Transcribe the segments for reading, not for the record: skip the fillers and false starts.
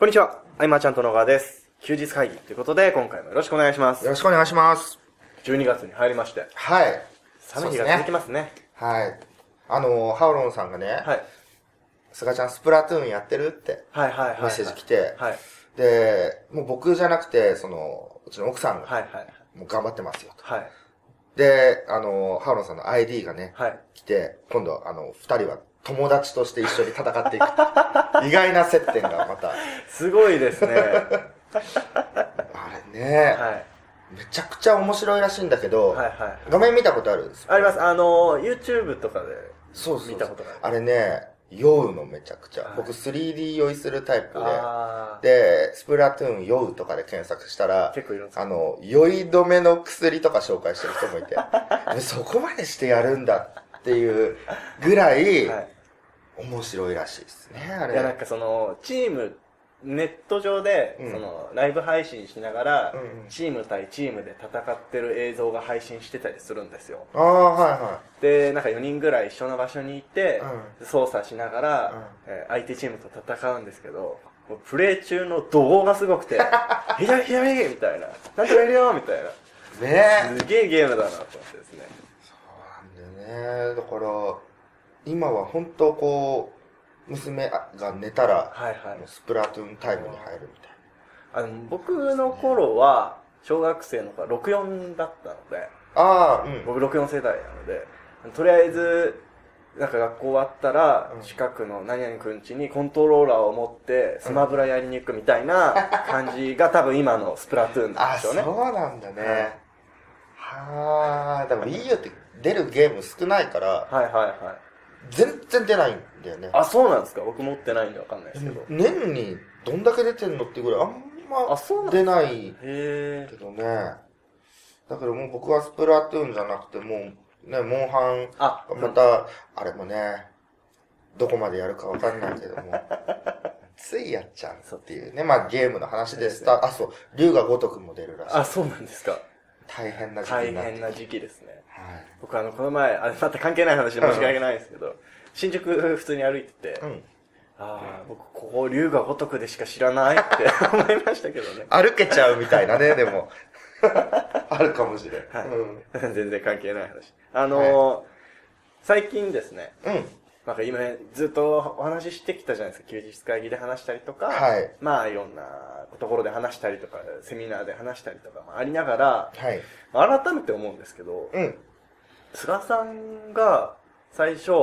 こんにちは、アイマーちゃんと野川です。休日会議ということで、今回もよろしくお願いします。 よろしくお願いします。 12月に入りまして。 はい。 寒い日が続きますね。 はい。ハオロンさんがね、 はい。 すがちゃんスプラトゥーンやってるってメッセージ来て、 はい。 で、もう僕じゃなくて、うちの奥さんが、もう頑張ってますよと。 はい。 で、ハオロンさんの ID がね、来て、今度、二人は友達として一緒に戦っていく。意外な接点がまた。 すごいですね。 あれね、 はい。 めちゃくちゃ面白いらしいんだけど、画面見たことあるんですよ。 あります。YouTube とかで見たことがある。 あれね、酔うのめちゃくちゃ。僕 3D 酔いするタイプで、スプラトゥーン酔うとかで検索したら、 結構いるんですか？ 酔い止めの薬とか紹介してる人もいて、そこまでしてやるんだっていうぐらい、面白いらしいですね、あれ。 いや、なんかチーム、ネット上で、ライブ配信しながら、チーム対チームで戦ってる映像が配信してたりするんですよ。で、なんか4人ぐらい一緒の場所にいて、操作しながら、相手チームと戦うんですけど、もうプレイ中の怒号がすごくて、左みたいな、なんとかいるよみたいな。 ねすげえゲームだなと思ってですね。 そうなんだよね。だから、今は本当こう、娘が寝たら、スプラトゥーンタイムに入るみたいな。 僕の頃は、小学生の頃64だったので、僕64世代なので、とりあえず、なんか学校終わったら、近くの何々くん家にコントローラーを持ってスマブラやりに行くみたいな感じが多分今のスプラトゥーンなんですよね。 そうなんだね。でも Wii U って出るゲーム少ないから、全然出ないんだよね。 あ、そうなんですか？僕持ってないんでわかんないですけど。 年にどんだけ出てんのっていうぐらいあんま出ないけどね。だからもう僕はスプラトゥーンじゃなくてもうね、モンハンまた、あれもね、どこまでやるかわかんないけども、ついやっちゃうっていうね。まあゲームの話でそう、龍が如くも出るらしい。 あ、そうなんですか。 大変な時期大変な時期ですね。僕この前、また関係ない話で申し訳ないんですけど、新宿普通に歩いてて、僕ここ龍が如くでしか知らないって思いましたけどね。 歩けちゃうみたいなね、でも。あるかもしれん。 全然関係ない話。最近ですね、なんか今ずっとお話ししてきたじゃないですか。休日会議で話したりとか、まあいろんなところで話したりとか、セミナーで話したりとかもありながら、改めて思うんですけど、菅さんが最初、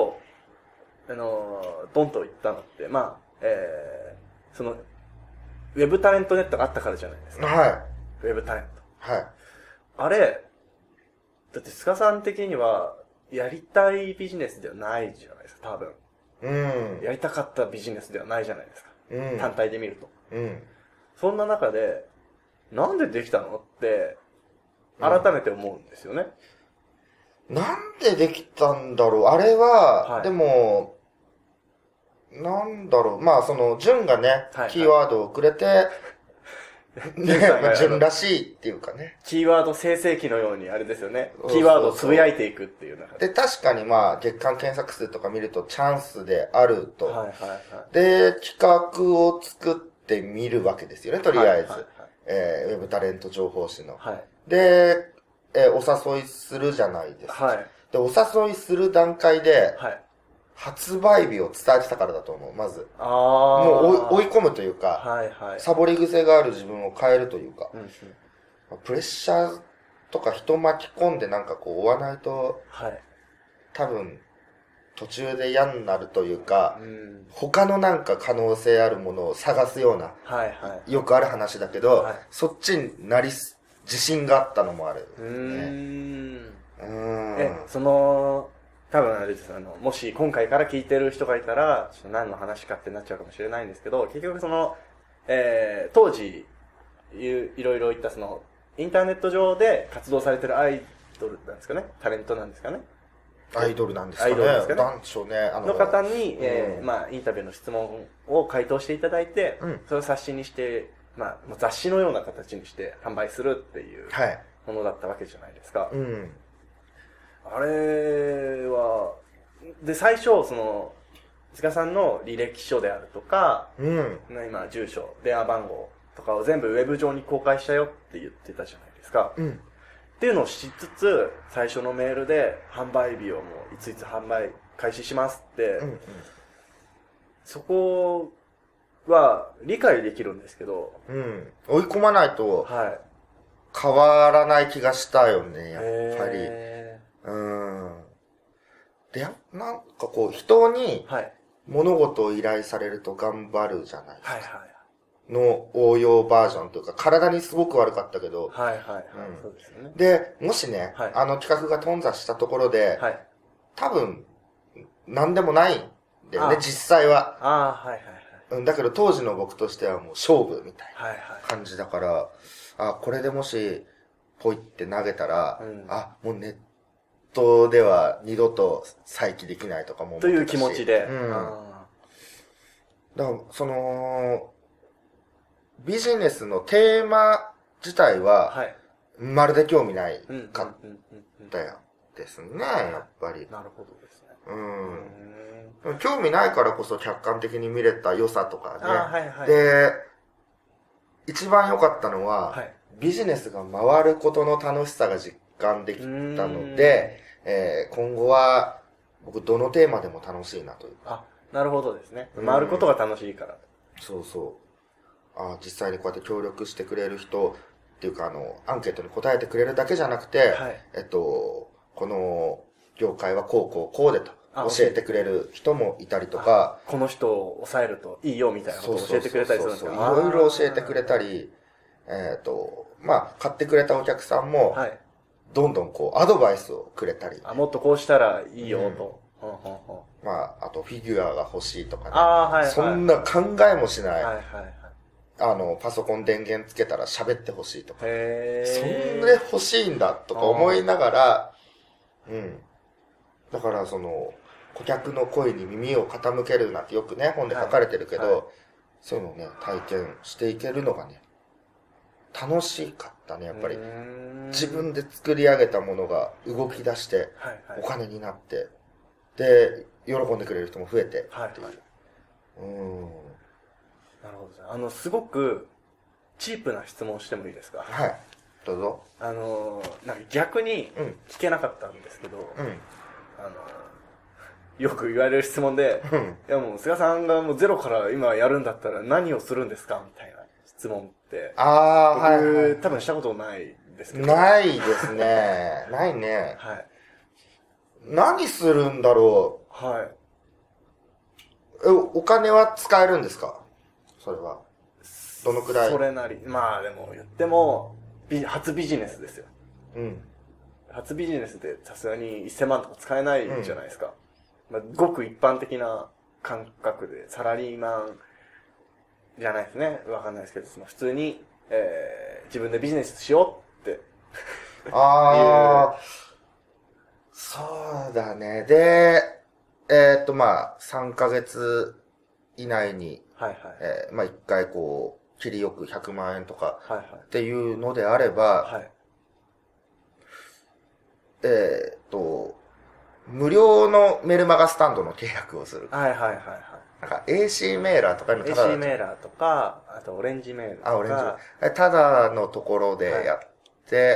ドンと言ったのって、まあ、ウェブタレントネットがあったからじゃないですか。ウェブタレント。あれ、だって菅さん的には、やりたいビジネスではないじゃないですか、多分。やりたかったビジネスではないじゃないですか。単体で見ると。そんな中で、なんでできたのって、改めて思うんですよね。 なんでできたんだろう。あれは、でも、なんだろう。まあ、純がね、キーワードをくれて、純らしいっていうかね。 キーワード生成器のようにあれですよね。キーワードをつぶやいていくっていう中で。確かにまあ、月間検索数とか見るとチャンスであると。で、企画を作ってみるわけですよね、とりあえず。ウェブタレント情報誌の。で、お誘いするじゃないですか。で、お誘いする段階で、発売日を伝えてたからだと思う、まず。もう追い込むというか、サボり癖がある自分を変えるというか、プレッシャーとか人巻き込んでなんかこう追わないと、多分途中で嫌になるというか、他のなんか可能性あるものを探すような、よくある話だけど、そっちになり自信があったのもある、 多分あれです。もし今回から聞いてる人がいたら、ちょっと何の話かってなっちゃうかもしれないんですけど、結局当時、いろいろ言ったインターネット上で活動されてるアイドルなんですかね？タレントなんですかね？ アイドルなんですかね？なんでしょうね。 の方に、まあ、インタビューの質問を回答していただいて、それを冊子にして、まあ、雑誌のような形にして販売するっていうものだったわけじゃないですか。あれは、で、最初、 菅さんの履歴書であるとか、 うん、 今、住所、電話番号とかを全部ウェブ上に公開したよって言ってたじゃないですか。 うん。 っていうのをしつつ、最初のメールで販売日をもういついつ販売開始しますって、 うんうん、 そこは理解できるんですけど、 うん。追い込まないと、 はい。 変わらない気がしたよね、やっぱり。で、なんかこう、人に物事を依頼されると頑張るじゃないですか。はいはい。の応用バージョンというか、体にすごく悪かったけど。 はいはいはい。そうですよね。 で、もしね、企画が頓挫したところで、多分、なんでもないんだよね、実際は。 はいはい。 だけど当時の僕としてはもう勝負みたいな感じだから、これでもし、ポイって投げたら、もうネットでは二度と再起できないとかも思ってたし。 という気持ちで。 だから、ビジネスのテーマ自体は、まるで興味ないかったよですね、やっぱり。 なるほどですね。 興味ないからこそ客観的に見れた良さとかね。で、一番良かったのは、ビジネスが回ることの楽しさが実感できたので、今後は僕どのテーマでも楽しいなという。 なるほどですね。回ることが楽しいから。 そうそう。実際にこうやって協力してくれる人っていうかアンケートに答えてくれるだけじゃなくて、この業界はこうでと教えてくれる人もいたりとか、 この人を抑えるといいよみたいなことを教えてくれたりするんですか？ いろいろ教えてくれたり、買ってくれたお客さんも、どんどんアドバイスをくれたり。 もっとこうしたらいいよと。 あとフィギュアが欲しいとかね。そんな考えもしない。パソコン電源つけたら喋って欲しいとか。そんで欲しいんだとか思いながら、だから顧客の声に耳を傾けるなんてよくね、本で書かれてるけど、そういうのをね、体験していけるのがね、楽しかったね、やっぱり。自分で作り上げたものが動き出して、お金になって、で、喜んでくれる人も増えて、っていう。 なるほどですね。すごく、チープな質問してもいいですか？ はい。どうぞ。 なんか逆に聞けなかったんですけど、よく言われる質問で、いやもう菅さんがもうゼロから今やるんだったら何をするんですかみたいな質問って、僕、多分したことないですけど。 ないですね。ないね。何するんだろう。お金は使えるんですか？それは。どのくらい？ それなり。まあでも言っても、初ビジネスですよ。初ビジネスでさすがに1000万とか使えないじゃないですか。ごく一般的な感覚で、サラリーマンじゃないですね。わかんないですけど、普通に、自分でビジネスしようって。 そうだね。で、3ヶ月以内に、一回切りよく100万円とか、っていうのであれば、無料のメルマガスタンドの契約をする。なんか AC メーラーとかにもただ AC メーラーとか、あとオレンジメールとか。 オレンジ。ただのところでやって、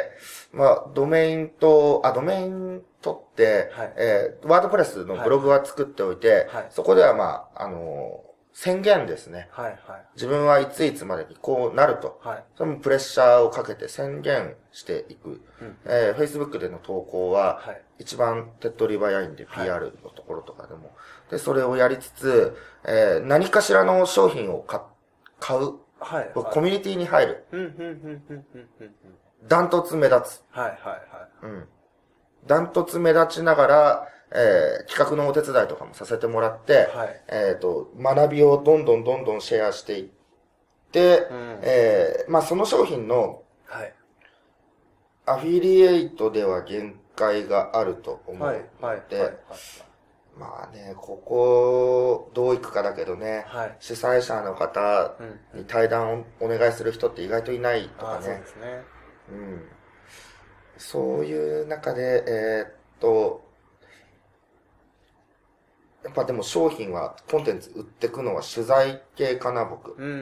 ドメイン取って、ワードプレスのブログは作っておいて、そこでは宣言ですね。自分はいついつまでにこうなると。そのプレッシャーをかけて宣言していく。Facebook での投稿は、一番手っ取り早いんで、PR のところとかでも。で、それをやりつつ、何かしらの商品を買う。コミュニティに入る。ダントツ目立つ。ダントツ目立ちながら、企画のお手伝いとかもさせてもらって、学びをどんどんシェアしていって、その商品の、アフィリエイトでは限界があると思うので、ここ、どういくかだけどね、主催者の方に対談をお願いする人って意外といないとかね。そういう中で、 やっぱでも商品は、コンテンツ売ってくのは取材系かな、僕。 うん。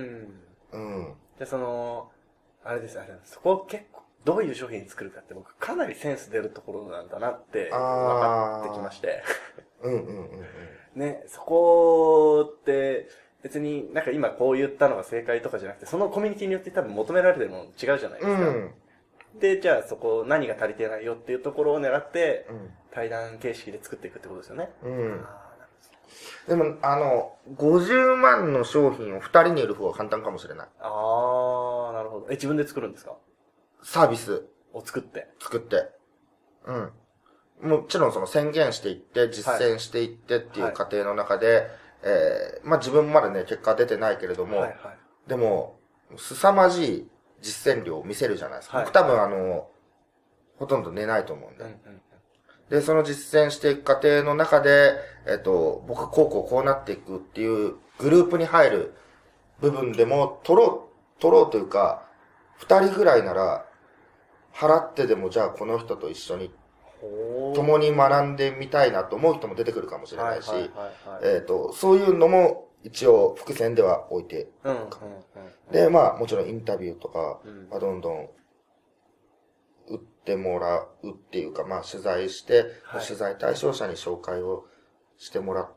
で、あれです、そこ結構、どういう商品作るかって僕、かなりセンス出るところなんだなって、分かってきまして。ね、そこって、別になんか今こう言ったのが正解とかじゃなくて、そのコミュニティによって多分求められてるもの違うじゃないですか。で、じゃあそこ何が足りてないよっていうところを狙って、対談形式で作っていくってことですよね。 でも、50万の商品を2人に売る方が簡単かもしれない。 なるほど。自分で作るんですか？ サービス。 を作って。 もちろん宣言していって、実践していってっていう過程の中で、自分までね、結果出てないけれども、でも、凄まじい実践量を見せるじゃないですか。僕多分ほとんど寝ないと思うんで。で、その実践していく過程の中で、僕はこうなっていくっていうグループに入る部分でも、取ろうというか、2人ぐらいなら、払ってでもじゃあこの人と一緒に、共に学んでみたいなと思う人も出てくるかもしれないし、そういうのも一応伏線では置いて、で、もちろんインタビューとか、どんどん打ってもらうっていうか、取材して、取材対象者に紹介をしてもらって、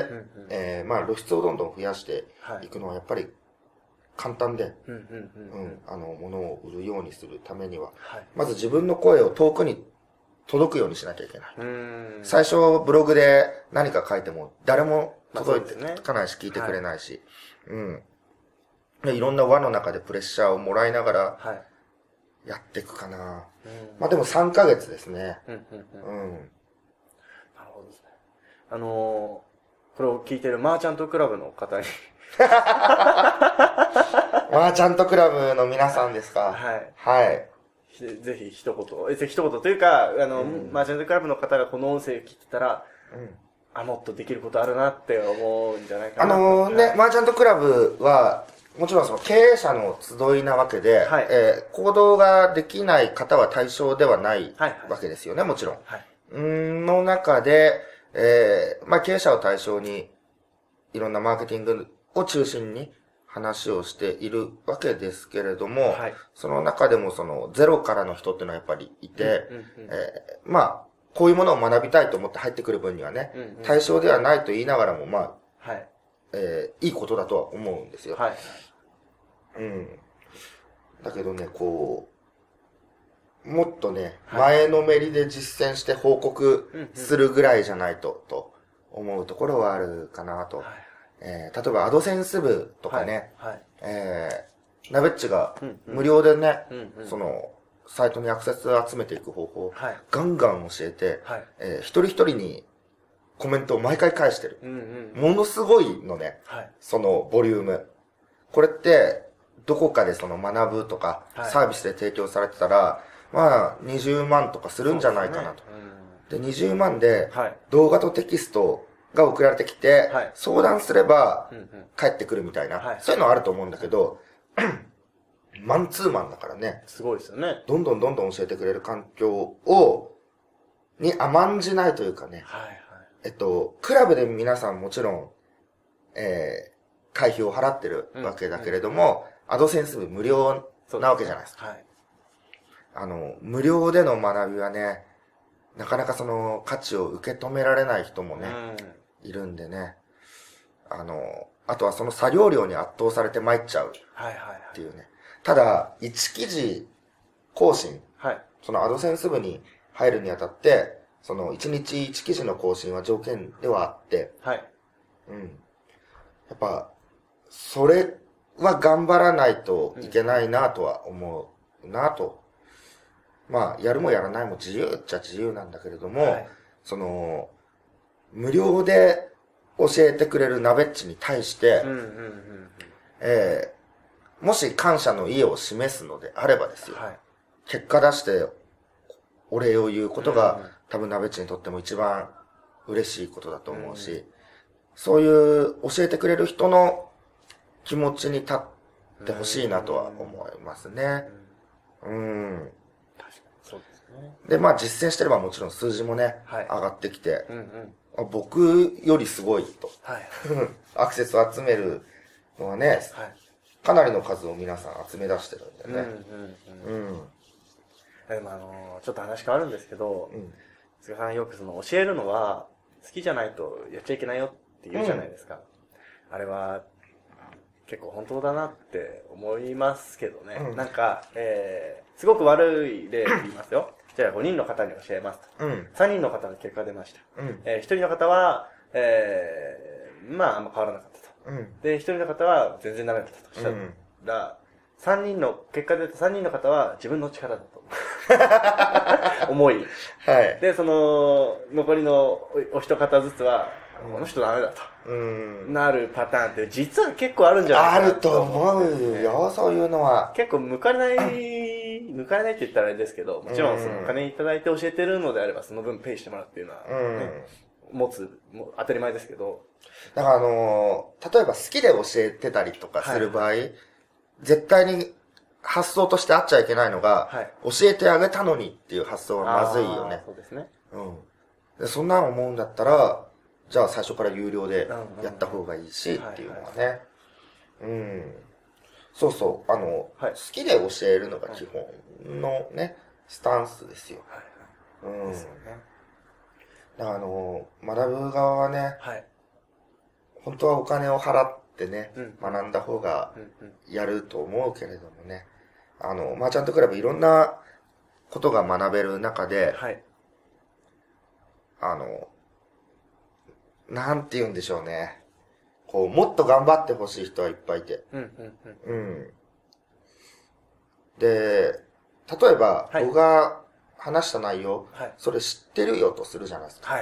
露出をどんどん増やしていくのはやっぱり簡単で、物を売るようにするためには、まず自分の声を遠くに届くようにしなきゃいけない。最初ブログで何か書いても誰も届いてかないし聞いてくれないし、いろんな輪の中でプレッシャーをもらいながらやっていくかな。でも3ヶ月ですね。なるほどですね。これを聞いてるマーチャントクラブの方にマーチャントクラブの皆さんですか？はい。 ぜひ一言というか、マーチャントクラブの方がこの音声を聞いてたら、もっとできることあるなって思うんじゃないかな。 マーチャントクラブは、もちろん経営者の集いなわけで、行動ができない方は対象ではないわけですよね、もちろん。の中で、経営者を対象に、いろんなマーケティングを中心に話をしているわけですけれども、その中でもゼロからの人っていうのはやっぱりいて、こういうものを学びたいと思って入ってくる分にはね、対象ではないと言いながらも、いいことだとは思うんですよ。だけどね、もっとね、前のめりで実践して報告するぐらいじゃないと、と思うところはあるかなと。例えばアドセンス部とかね、ナベッチが無料でね、サイトにアクセスを集めていく方法をガンガン教えて、一人一人にコメントを毎回返してる。ものすごいのね、そのボリューム。これって、どこかで学ぶとか、サービスで提供されてたら、20万とかするんじゃないかなと。で、20万で、動画とテキストが送られてきて、相談すれば、返ってくるみたいな、そういうのはあると思うんだけど、マンツーマンだからね。 すごいですよね。 どんどん教えてくれる環境に甘んじないというかね。クラブで皆さんもちろん、会費を払ってるわけだけれども、アドセンス部無料なわけじゃないですか。無料での学びはね、なかなか価値を受け止められない人もね、いるんでね。あとは作業量に圧倒されて参っちゃうっていうね。ただ、1記事更新、アドセンス部に入るにあたって、1日1記事の更新は条件ではあって、やっぱ、それは頑張らないといけないなとは思うなと。やるもやらないも自由っちゃ自由なんだけれども、無料で教えてくれるナベッチに対して、もし感謝の意を示すのであればですよ。結果出してお礼を言うことが、多分ナベッチにとっても一番嬉しいことだと思うし、そういう教えてくれる人の気持ちに立ってほしいなとは思いますね。確かにそうですね。で、実践してればもちろん数字もね、上がってきて、 僕よりすごいと。はい。アクセスを集めるのはね、はい、かなりの数を皆さん集め出してるんでね。 でもちょっと話変わるんですけど、菅さんよく教えるのは、好きじゃないとやっちゃいけないよって言うじゃないですか。あれは、結構本当だなって思いますけどね。なんか、すごく悪い例言いますよ。じゃあ5人の方に教えますと。3人の方の結果出ました。1人の方は、まああんま変わらなかったと。で、1人の方は全然ダメだったとしたら、結果出た3人の方は自分の力だと思い。はい。で、残りのお一方ずつは、この人ダメだと。なるパターンって実は結構あるんじゃないかな。 あると思うよ、そういうのは。 結構抜かれないって言ったらあれですけど、もちろんお金いただいて教えてるのであればその分ペイしてもらうっていうのは、ね、当たり前ですけど。 だから例えば好きで教えてたりとかする場合、絶対に発想としてあっちゃいけないのが、教えてあげたのにっていう発想はまずいよね。 そうですね。 でそんなの思うんだったら、じゃあ最初から有料でやった方がいいしっていうのはね。そうそう、好きで教えるのが基本のね、スタンスですよ。ですよね。だから学ぶ側はね、本当はお金を払ってね、学んだ方がやると思うけれどもね、マーチャントクラブいろんなことが学べる中で、なんて言うんでしょうね。もっと頑張ってほしい人はいっぱいいて。で、例えば、僕が話した内容、それ知ってるよとするじゃないですか。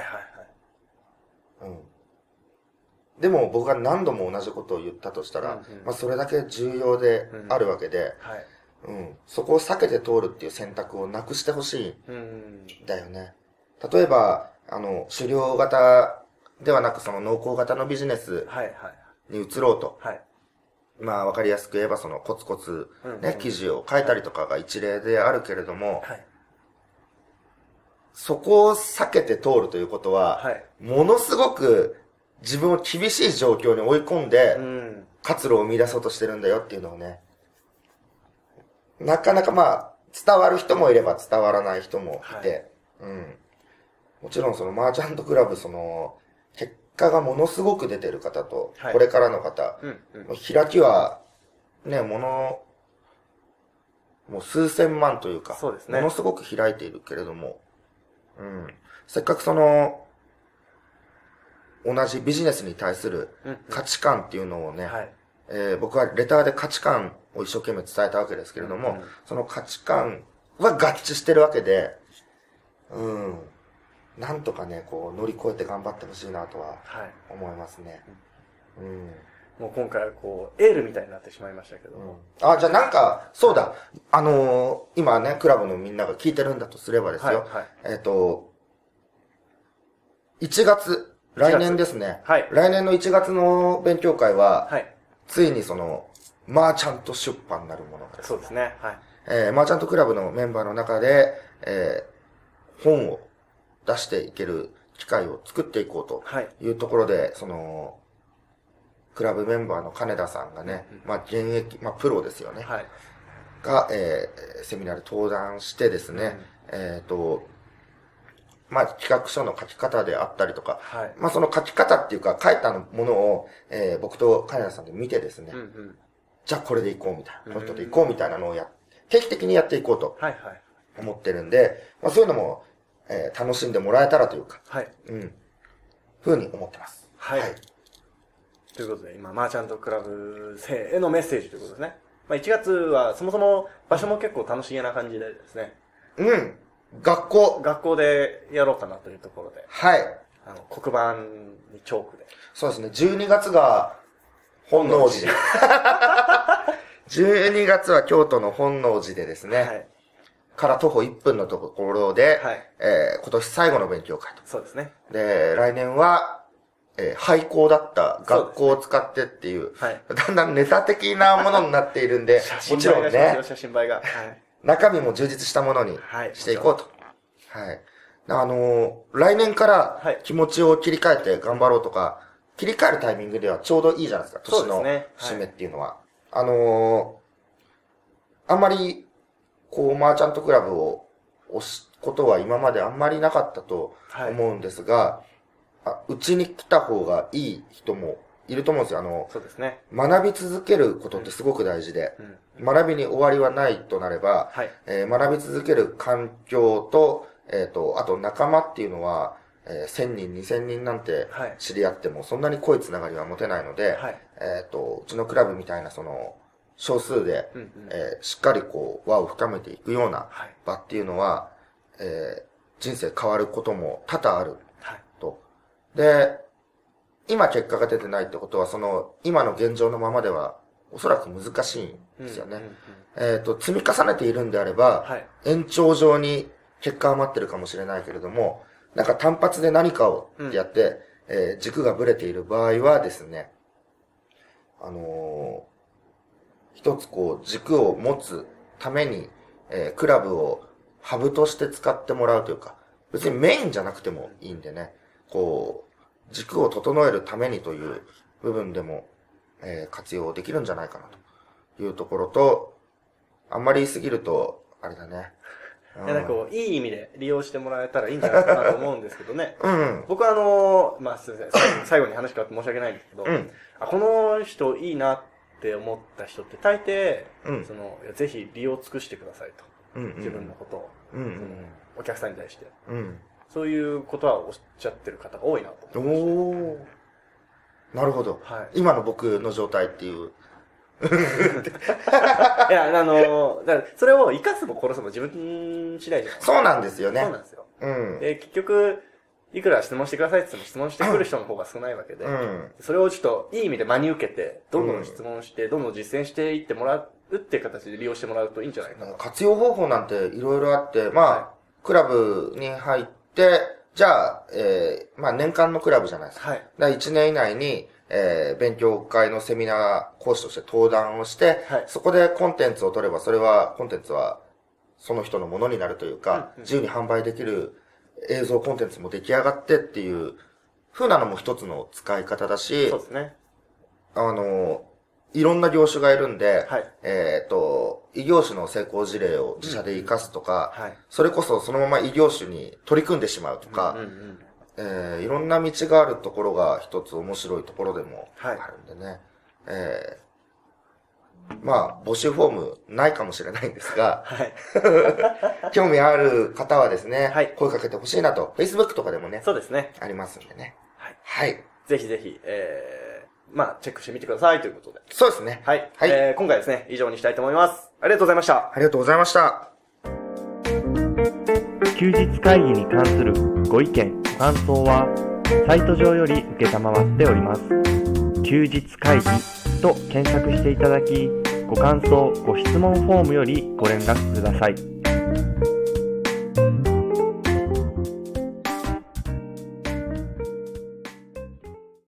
でも僕が何度も同じことを言ったとしたら、それだけ重要であるわけで、そこを避けて通るっていう選択をなくしてほしいんだよね。例えば、狩猟型ではなく濃厚型のビジネスに移ろうと。まあわかりやすく言えばコツコツね、記事を書いたりとかが一例であるけれども、そこを避けて通るということは、ものすごく自分を厳しい状況に追い込んで、活路を生み出そうとしてるんだよっていうのをね、なかなか伝わる人もいれば伝わらない人もいて、もちろんマーチャントクラブ結果がものすごく出てる方と、これからの方、開きはね、もう数千万というか、ものすごく開いているけれども、せっかく同じビジネスに対する価値観っていうのをね、僕はレターで価値観を一生懸命伝えたわけですけれども、その価値観は合致してるわけで、なんとかね、乗り越えて頑張ってほしいなとは思いますね。 もう今回はエールみたいになってしまいましたけども。 じゃあそうだ、今ね、クラブのみんなが聞いてるんだとすればですよ、1月、来年ですね。来年の1月の勉強会は、ついにマーチャント出版なるものがですね。 そうですね。 マーチャントクラブのメンバーの中で、本を出していける機会を作っていこうというところで、クラブメンバーの金田さんがね、現役、プロですよね。が、セミナーで登壇してですね、企画書の書き方であったりとか、その書き方っていうか、書いたものを、僕と金田さんで見てですね、じゃあこれでいこうみたいな、この人でいこうみたいなのを定期的にやっていこうと思ってるんで、そういうのも、楽しんでもらえたらというか、ふうに思ってます。 ということで、今、マーチャントクラブ生へのメッセージということですね。1月は、そもそも場所も結構楽しげな感じでですね。 学校でやろうかなというところで。黒板にチョークで。 そうですね、12月が本能寺で。12月は京都の本能寺でですね。から徒歩1分のところで、今年最後の勉強会と。 そうですね。 で、来年は、廃校だった学校を使ってっていう、だんだんネタ的なものになっているんで、 もちろんね、写真映えが。 中身も充実したものにしていこうと。 来年から気持ちを切り替えて頑張ろうとか、切り替えるタイミングではちょうどいいじゃないですか、年の締めっていうのは。あんまり、マーチャントクラブを押すことは今まであんまりなかったと思うんですが、うちに来た方がいい人もいると思うんですよ。 そうですね。 学び続けることってすごく大事で、学びに終わりはないとなれば、学び続ける環境と、あと仲間っていうのは、1000人、2000人なんて知り合っても、そんなに濃いつながりは持てないので、うちのクラブみたいな少数で、しっかり輪を深めていくような場っていうのは、人生変わることも多々あると。で、今結果が出てないってことは、今の現状のままでは、おそらく難しいんですよね。積み重ねているんであれば、延長上に結果は待ってるかもしれないけれども、なんか単発で何かをやって、軸がぶれている場合はですね、一つ軸を持つために、クラブをハブとして使ってもらうというか、別にメインじゃなくてもいいんでね、軸を整えるためにという部分でも、活用できるんじゃないかなというところと、あんまり言い過ぎると、あれだね。 なんかいい意味で利用してもらえたらいいんじゃないかなと思うんですけどね。僕はすいません、最後に話変わって申し訳ないんですけど、この人いいなって思った人って大抵、ぜひ利用尽くしてくださいと。自分のことを、お客さんに対して。そういうことはおっしゃってる方が多いなと思いました。 なるほど。今の僕の状態っていう。 いや、だからそれを生かすも殺すも自分次第じゃないですか。 そうなんですよね。 そうなんですよ。で、結局、いくら質問してくださいって言っても質問してくる人の方が少ないわけで、それをちょっといい意味で真に受けて、どんどん質問して、どんどん実践していってもらうっていう形で利用してもらうといいんじゃないかな。 活用方法なんていろいろあって、クラブに入って、じゃあ、年間のクラブじゃないですか。1年以内に、勉強会のセミナー講師として登壇をして、そこでコンテンツを取れば、コンテンツはその人のものになるというか、自由に販売できる映像コンテンツも出来上がってっていう風なのも一つの使い方だし、 そうですね。 いろんな業種がいるんで、異業種の成功事例を自社で活かすとか、それこそそのまま異業種に取り組んでしまうとか、いろんな道があるところが一つ面白いところでもあるんでね。募集フォームないかもしれないんですが、興味ある方はですね、声かけてほしいなと、Facebook とかでもね、 そうですね。 ありますんでね。 ぜひぜひ、チェックしてみてくださいということで。 そうですね。 今回ですね、以上にしたいと思います。ありがとうございました。 ありがとうございました。 休日会議に関するご意見、ご感想は、サイト上より受けたまわっております。休日会議と検索していただき、ご感想、ご質問フォームよりご連絡ください。